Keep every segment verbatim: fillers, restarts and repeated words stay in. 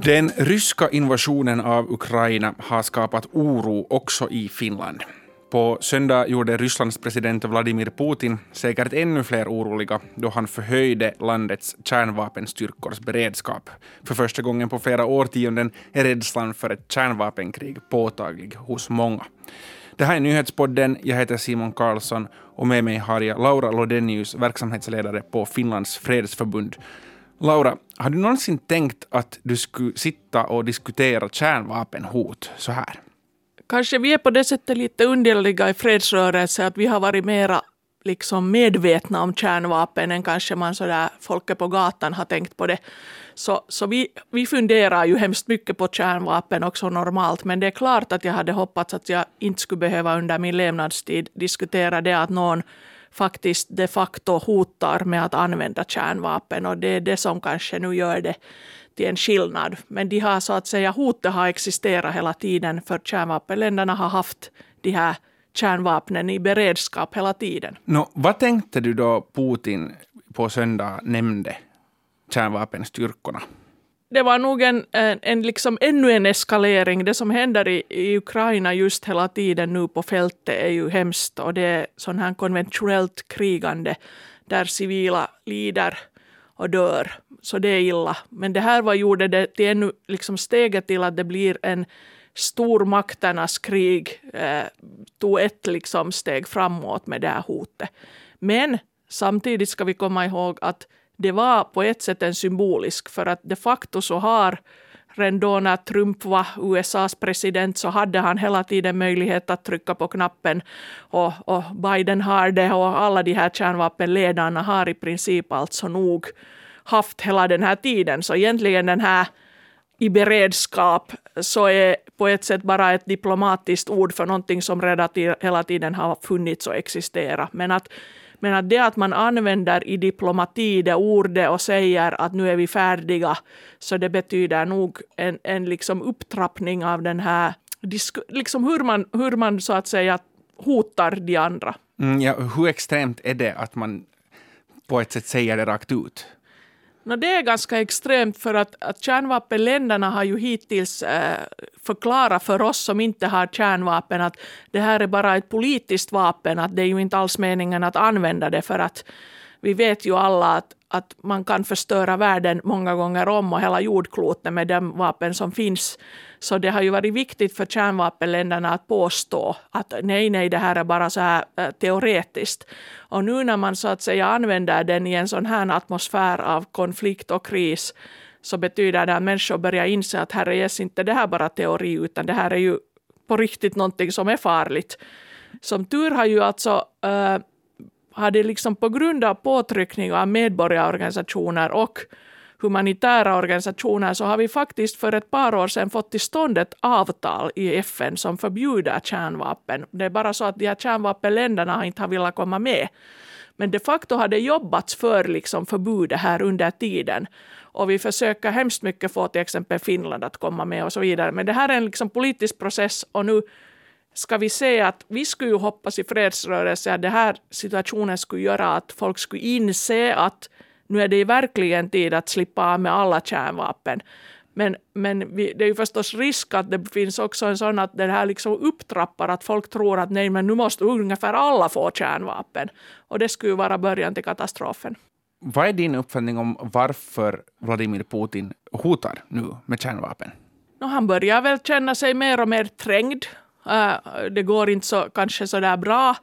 Den ryska invasionen av Ukraina har skapat oro också i Finland. På söndag gjorde Rysslands president Vladimir Putin säkert ännu fler oroliga då han förhöjde landets kärnvapenstyrkors beredskap. För första gången på flera årtionden är rädslan för ett kärnvapenkrig påtaglig hos många. Det här är Nyhetspodden. Jag heter Simon Karlsson och med mig har jag Laura Lodenius, verksamhetsledare på Finlands fredsförbund. Laura, har du någonsin tänkt att du skulle sitta och diskutera kärnvapenhot så här? Kanske vi är på det sättet lite underliga i fredsrörelsen att vi har varit mera liksom medvetna om kärnvapen än kanske man sådär folket på gatan har tänkt på det. Så, så vi, vi funderar ju hemskt mycket på kärnvapen också normalt, men det är klart att jag hade hoppats att jag inte skulle behöva under min levnadstid diskutera det att någon faktiskt de facto hotar med att använda kärnvapen, och det är det som kanske nu gör det till en skillnad. Men de har så att säga, hotet har existerat hela tiden, för kärnvapenländerna har haft de här kärnvapnen i beredskap hela tiden. Nå, vad tänkte du då Putin på söndag nämnde kärnvapenstyrkorna? Det var nog en, en, en liksom ännu en eskalering. Det som händer i, i Ukraina just hela tiden nu på fältet är ju hemskt, och det är sån här konventionellt krigande där civila lider och dör. Så det är illa. Men det här var gjorde det till ännu liksom steget till att det blir en stormakternas krig. Eh, tog ett liksom steg framåt med det här hotet. Men samtidigt ska vi komma ihåg att det var på ett sätt en symbolisk, för att de facto så har redan då när Trump var U S A:s president så hade han hela tiden möjlighet att trycka på knappen, och, och Biden har det, och alla de här kärnvapenledarna har i princip alltså nog haft hela den här tiden. Så egentligen den här i beredskap så är på ett sätt bara ett diplomatiskt ord för någonting som redan hela tiden har funnits och existerat. Men att Men att det att man använder i diplomati det ordet och säger att nu är vi färdiga, så det betyder nog en, en liksom upptrappning av den här, liksom hur man, hur man så att säga hotar de andra. Mm, ja, hur extremt är det att man på ett sätt säger det rakt ut? No, det är ganska extremt, för att, att kärnvapenländerna har ju hittills eh, förklarat för oss som inte har kärnvapen att det här är bara ett politiskt vapen, att det är ju inte alls meningen att använda det, för att vi vet ju alla att, att man kan förstöra världen många gånger om och hela jordklotet med de vapen som finns. Så det har ju varit viktigt för kärnvapenländerna att påstå att nej, nej, det här är bara så här äh, teoretiskt. Och nu när man så att säga använder den i en sån här atmosfär av konflikt och kris, så betyder det att människor börjar inse att här är inte det här bara teori, utan det här är ju på riktigt någonting som är farligt. Som tur har ju alltså äh, hade liksom på grund av påtryckning av medborgarorganisationer och humanitära organisationer, så har vi faktiskt för ett par år sedan fått till stånd ett avtal i F N som förbjuder kärnvapen. Det är bara så att de här kärnvapenländerna inte har velat komma med. Men de facto har det jobbats för liksom förbudet här under tiden. Och vi försöker hemskt mycket få till exempel Finland att komma med och så vidare. Men det här är en liksom politisk process, och nu ska vi se att vi skulle ju hoppas i fredsrörelsen att den här situationen skulle göra att folk skulle inse att nu är det verkligen tid att slippa av med alla kärnvapen. Men, men vi, det är ju förstås risk att det finns också en sån att det här liksom upptrappar, att folk tror att nej, men nu måste ungefär alla få kärnvapen. Och det skulle ju vara början till katastrofen. Vad är din uppfattning om varför Vladimir Putin hotar nu med kärnvapen? No, han börjar väl känna sig mer och mer trängd. Uh, det går inte så, kanske så där bra.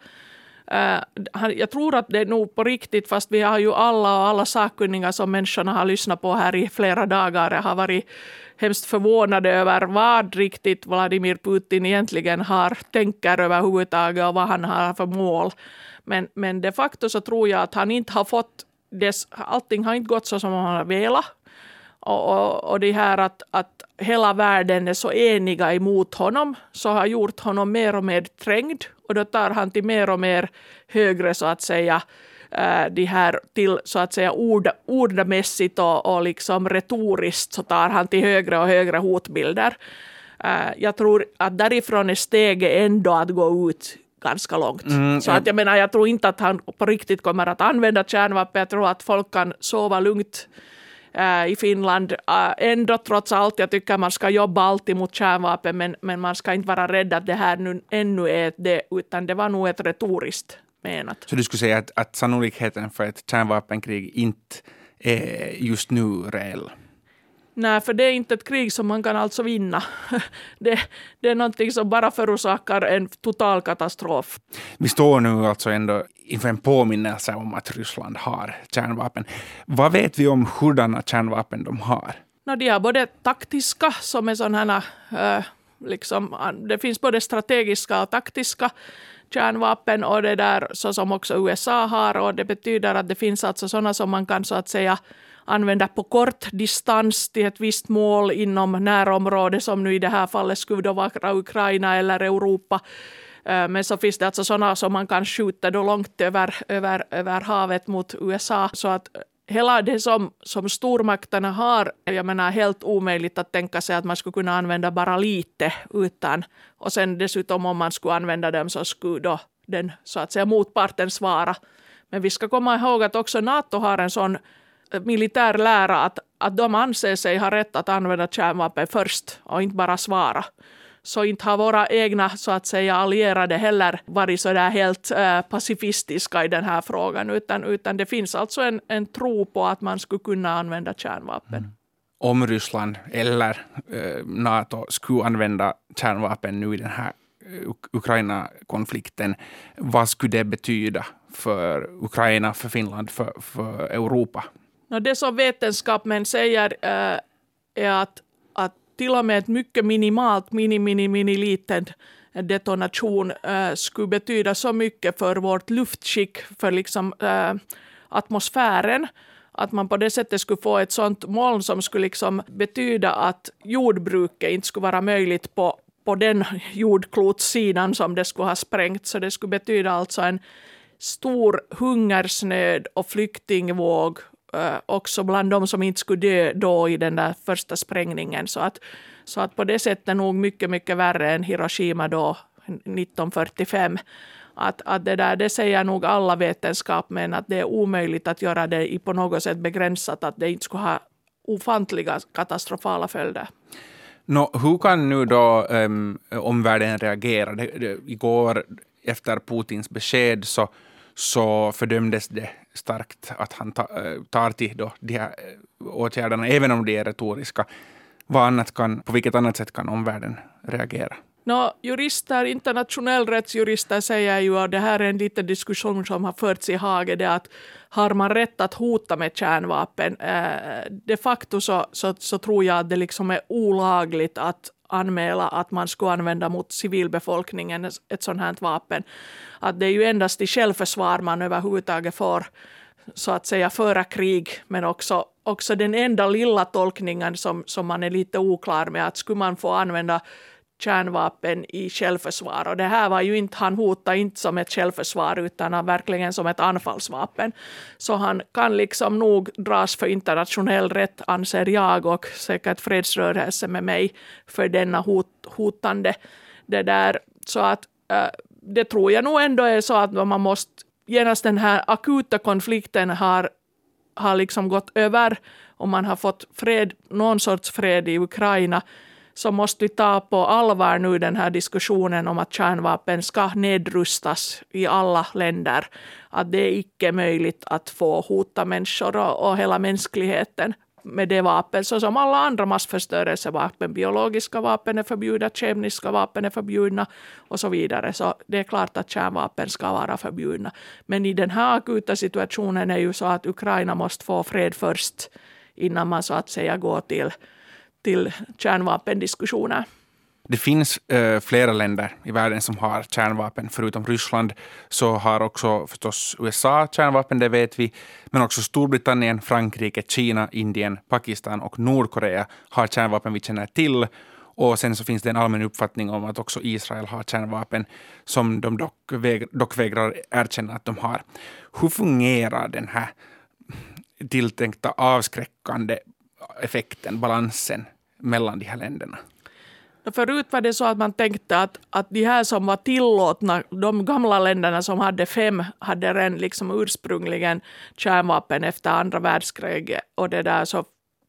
Uh, jag tror att det är nog på riktigt, fast vi har ju alla och alla sakkunniga som människorna har lyssnat på här i flera dagar har varit hemskt förvånade över vad riktigt Vladimir Putin egentligen har tänker överhuvudtaget och vad han har för mål. Men, men de facto så tror jag att han inte har fått dess, allting har inte gått så som han har velat. Och, och, och det här att, att hela världen är så eniga emot honom, så har gjort honom mer och mer trängd, och då tar han till mer och mer högre så att säga äh, de här till så att säga ord, ordmässigt och, och liksom retoriskt, så tar han till högre och högre hotbilder. Äh, jag tror att därifrån är steget ändå att gå ut ganska långt. Mm, så att jag menar, jag tror inte att han på riktigt kommer att använda kärnvapen. Jag tror att folk kan sova lugnt äh, i Finland. Äh, ändå trots allt, jag tycker man ska jobba alltid mot kärnvapen, men, men man ska inte vara rädd att det här nu ännu är det, utan det var nog ett retoriskt menat. Så du skulle säga att, att sannolikheten för ett kärnvapenkrig inte är just nu reell? Nej, för det är inte ett krig som man kan alltså vinna. Det, det är någonting som bara förorsakar en total katastrof. Vi står nu alltså ändå inför en påminnelse om att Ryssland har kärnvapen. Vad vet vi om hurdana kärnvapen de har? No, de har både taktiska som är sådana här, äh, liksom, det finns både strategiska och taktiska kärnvapen och det där så som också U S A har, och det betyder att det finns alltså sådana som man kan så att säga använda på kort distans till ett visst mål inom närområde, som nu i det här fallet skulle då vara Ukraina eller Europa. Men så finns det alltså sådana som man kan skjuta då långt över, över, över havet mot U S A. Så att hela det som, som stormakterna har, jag menar helt omöjligt att tänka sig att man skulle kunna använda bara lite utan. Och sen dessutom om man skulle använda dem så skulle då den så att säga motparten svara. Men vi ska komma ihåg att också NATO har en sån militär lära att, att de anser sig ha rätt att använda kärnvapen först och inte bara svara. Så inte har våra egna så att säga allierade heller varit så där helt äh, pacifistiska i den här frågan, utan, utan det finns alltså en, en tro på att man skulle kunna använda kärnvapen. Mm. Om Ryssland eller äh, NATO skulle använda kärnvapen nu i den här Uk- Ukraina-konflikten, vad skulle det betyda för Ukraina, för Finland, för, för Europa? No, det som vetenskapen säger äh, är att, att till och med ett mycket minimalt, mini, mini, mini liten detonation äh, skulle betyda så mycket för vårt luftskick, för liksom, äh, atmosfären, att man på det sättet skulle få ett sånt moln som skulle liksom betyda att jordbruket inte skulle vara möjligt på, på den jordklotssidan som det skulle ha sprängt. Så det skulle betyda alltså en stor hungersnöd och flyktingvåg Uh, också bland de som inte skulle dö då i den där första sprängningen. Så att, så att på det sättet är nog mycket, mycket värre än Hiroshima då nittonhundrafyrtiofem. Att, att det där, det säger nog alla vetenskap, men att det är omöjligt att göra det i på något sätt begränsat, att det inte skulle ha ofantliga katastrofala följder. Nå, hur kan nu då um, omvärlden reagera? Det, det, igår efter Putins besked så så fördömdes det starkt att han ta, tar till då de här åtgärderna, även om de är retoriska. Vad annat kan, på vilket annat sätt kan omvärlden reagera? No, jurister, internationell rättsjurister säger ju, och det här är en liten diskussion som har förts i Haag, det att har man rätt att hota med kärnvapen? Eh, de facto så, så, så tror jag att det liksom är olagligt att anmäla att man skulle använda mot civilbefolkningen ett sådant här vapen. Att det är ju endast i självförsvar man överhuvudtaget får så att säga föra krig, men också, också den enda lilla tolkningen som, som man är lite oklar med, att skulle man få använda kärnvapen i självförsvar. Och det här var ju inte, han hotade inte som ett självförsvar utan verkligen som ett anfallsvapen. Så han kan liksom nog dras för internationell rätt, anser jag, och säkert fredsrörelse med mig, för denna hot, hotande. Det där, så att äh, det tror jag nog ändå är så att man måste, genast den här akuta konflikten har, har liksom gått över och man har fått fred, någon sorts fred i Ukraina, så måste vi ta på allvar nu den här diskussionen om att kärnvapen ska nedrustas i alla länder. Att det är icke möjligt att få hota människor och, och hela mänskligheten med det vapen. Så som alla andra massförstörelsevapen, biologiska vapen är förbjudna, kemiska vapen är förbjudna och så vidare. Så det är klart att kärnvapen ska vara förbjudna. Men i den här akuta situationen är ju så att Ukraina måste få fred först innan man så att säga går till till kärnvapendiskussioner. Det finns äh, flera länder i världen som har kärnvapen. Förutom Ryssland så har också förstås U S A kärnvapen, det vet vi. Men också Storbritannien, Frankrike, Kina, Indien, Pakistan och Nordkorea har kärnvapen vi känner till. Och sen så finns det en allmän uppfattning om att också Israel har kärnvapen som de dock, väg, dock vägrar erkänna att de har. Hur fungerar den här tilltänkta avskräckande effekten, balansen mellan de här länderna? Förut var det så att man tänkte att, att de här som var tillåtna, de gamla länderna som hade fem, hade redan liksom ursprungligen kärnvapen efter andra världskriget, och det där så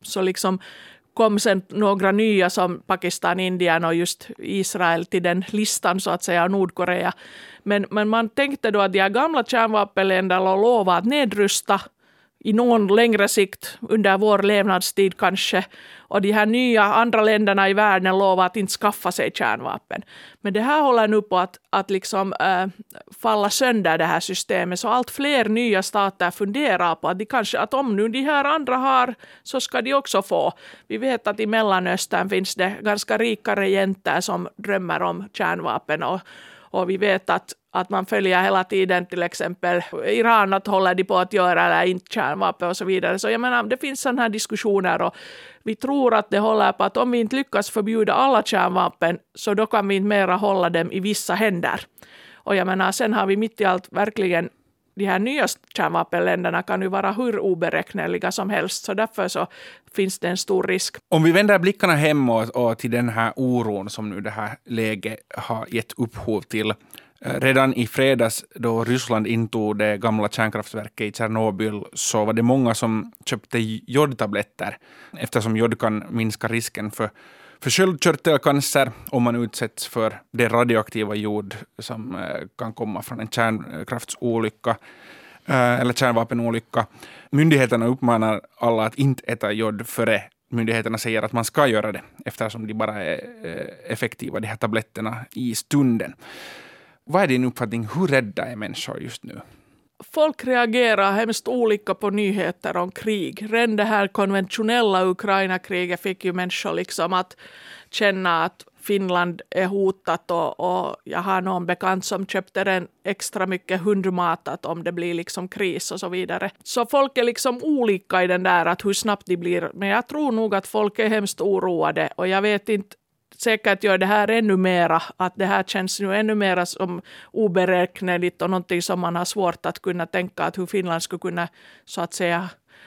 så liksom kom sen några nya som Pakistan, Indien och just Israel till den listan så att säga, Nordkorea. Men, men man tänkte då att de här gamla kärnvapenländerna lovade att nedrusta i någon längre sikt under vår levnadstid kanske. Och de här nya andra länderna i världen lovar att inte skaffa sig kärnvapen. Men det här håller nu på att, att liksom, äh, falla sönder det här systemet. Så allt fler nya stater funderar på att, de kanske, att om nu de här andra har så ska de också få. Vi vet att i Mellanöstern finns det ganska rika regenter som drömmer om kärnvapen. Och, och vi vet att Att man följer hela tiden till exempel Iran att håller de på att göra eller inte kärnvapen och så vidare. Så jag menar, det finns sådana här diskussioner och vi tror att det håller på att om vi inte lyckas förbjuda alla kärnvapen så då kan vi inte mera hålla dem i vissa händer. Och jag menar, sen har vi mitt i allt verkligen de här nya kärnvapenländerna kan ju vara hur oberäkneliga som helst. Så därför så finns det en stor risk. Om vi vänder blickarna hemåt och till den här oron som nu det här läget har gett upphov till. Redan i fredags då Ryssland intog det gamla kärnkraftverket i Tjernobyl så var det många som köpte jodtabletter eftersom jod kan minska risken för, för sköldkörtelcancer om man utsätts för det radioaktiva jod som kan komma från en kärnkraftsolycka eller kärnvapenolycka. Myndigheterna uppmanar alla att inte äta jod före myndigheterna säger att man ska göra det eftersom de bara är effektiva, de här tabletterna i stunden. Vad är din uppfattning? Hur rädda är människor just nu? Folk reagerar hemskt olika på nyheter om krig. Redan det här konventionella Ukraina-kriget fick ju människor liksom att känna att Finland är hotat och, och jag har någon bekant som köpte en extra mycket hundmatat om det blir liksom kris och så vidare. Så folk är liksom olika i den där att hur snabbt de blir. Men jag tror nog att folk är hemskt oroade och jag vet inte säkert gör det här ännu mera, att det här känns nu ännu mera som oberäkneligt och någonting som man har svårt att kunna tänka att hur Finland skulle kunna så att säga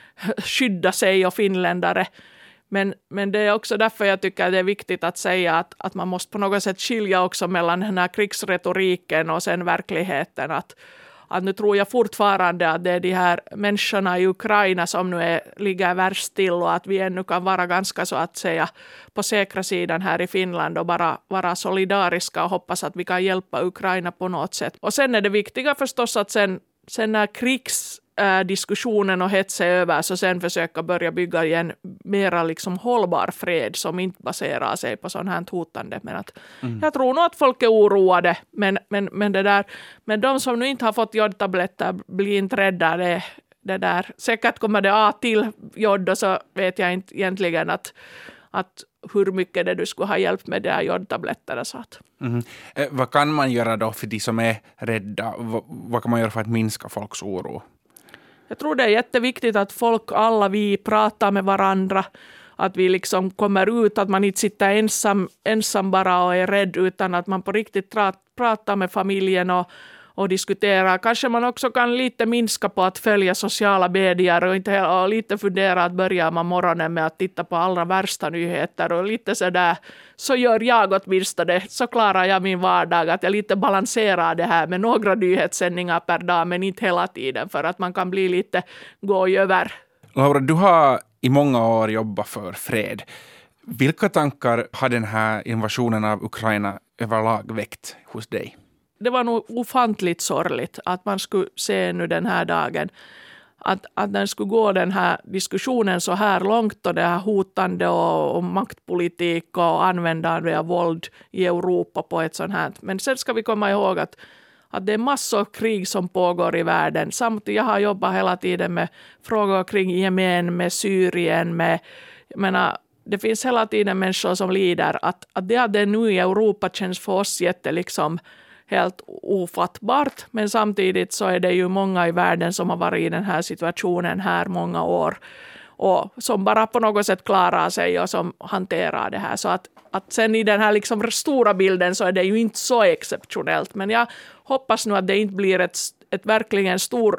skydda sig och finländare. Men, men det är också därför jag tycker att det är viktigt att säga att, att man måste på något sätt skilja också mellan den här krigsretoriken och sen verkligheten. Att, att nu tror jag fortfarande att det är de här människorna i Ukraina som nu är, ligger värst till och att vi ännu kan vara ganska så att säga på säkra sidan här i Finland och bara vara solidariska och hoppas att vi kan hjälpa Ukraina på något sätt. Och sen är det viktiga förstås att sen, sen när krigsdiskussionen och hets är över så sen försöka börja bygga igen mera liksom hållbar fred som inte baserar sig på sån här hotande. Men att mm. jag tror nog att folk är oroade men, men, men, det där, men de som nu inte har fått jodtabletter blir inte rädda. Det, det där. Säkert kommer det A till jod och så vet jag inte egentligen att att hur mycket det du skulle ha hjälpt med de här jodtabletterna. Så att. Mm. Eh, vad kan man göra då för de som är rädda? V- vad kan man göra för att minska folks oro? Jag tror det är jätteviktigt att folk, alla vi pratar med varandra. Att vi liksom kommer ut, att man inte sitter ensam, ensam bara och är rädd utan att man på riktigt tra- pratar med familjen och och diskutera. Kanske man också kan lite minska på att följa sociala medier och, inte, och lite fundera att börja man morgonen med att titta på allra värsta nyheter och lite sådär, så gör jag åtminstone, så klarar jag min vardag att jag lite balanserar det här med några nyhetssändningar per dag men inte hela tiden för att man kan bli lite gå över. Laura, du har i många år jobbat för fred. Vilka tankar har den här invasionen av Ukraina överlag väckt hos dig? Det var nog ofantligt sorgligt att man skulle se nu den här dagen att, att den skulle gå den här diskussionen så här långt och det här hotande och, och maktpolitik och användande av våld i Europa på ett sånt här. Men sen ska vi komma ihåg att, att det är massor av krig som pågår i världen. Samtidigt jag har jobbat hela tiden med frågor kring Jemen, med Syrien, med, jag menar, det finns hela tiden människor som lider. Att, att det att det nu i Europa känns för oss jätte liksom helt ofattbart, men samtidigt så är det ju många i världen som har varit i den här situationen här många år och som bara på något sätt klarar sig och som hanterar det här. Så att, att sen i den här liksom stora bilden så är det ju inte så exceptionellt, men jag hoppas nu att det inte blir ett, ett verkligen stor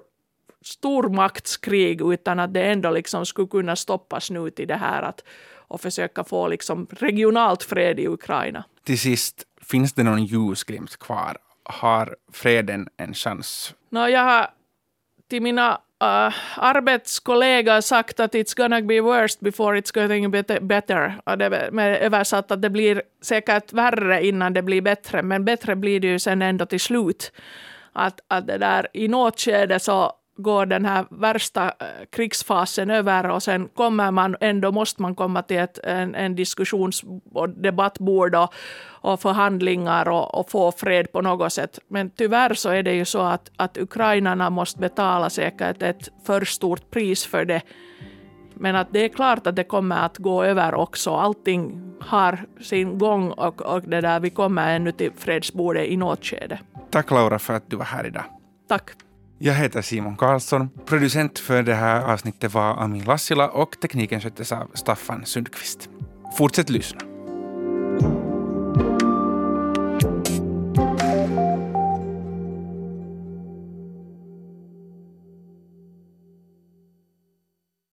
stormaktskrig utan att det ändå liksom skulle kunna stoppas nu till det här att, och försöka få liksom regionalt fred i Ukraina. Till sist, finns det någon ljusglimt kvar? Har freden en chans? No, jag har till mina uh, arbetskollega sagt att it's gonna be worse before it's getting better. Och det med översatt att det blir säkert värre innan det blir bättre, men bättre blir det ju sen ändå till slut. Att, att det där i något skede så går den här värsta krigsfasen över och sen kommer man ändå måste man komma till ett, en, en diskussions- och debattbord och, och förhandlingar och, och få fred på något sätt. Men tyvärr så är det ju så att, att ukrainarna måste betala säkert ett för stort pris för det. Men att det är klart att det kommer att gå över också. Allting har sin gång och, och det där, vi kommer ännu till fredsbordet i något skede. Tack Laura för att du var här idag. Tack. Jag heter Simon Karlsson. Producent för det här avsnittet var Ami Lassila och tekniken sköttes av Staffan Sundqvist. Fortsätt lyssna.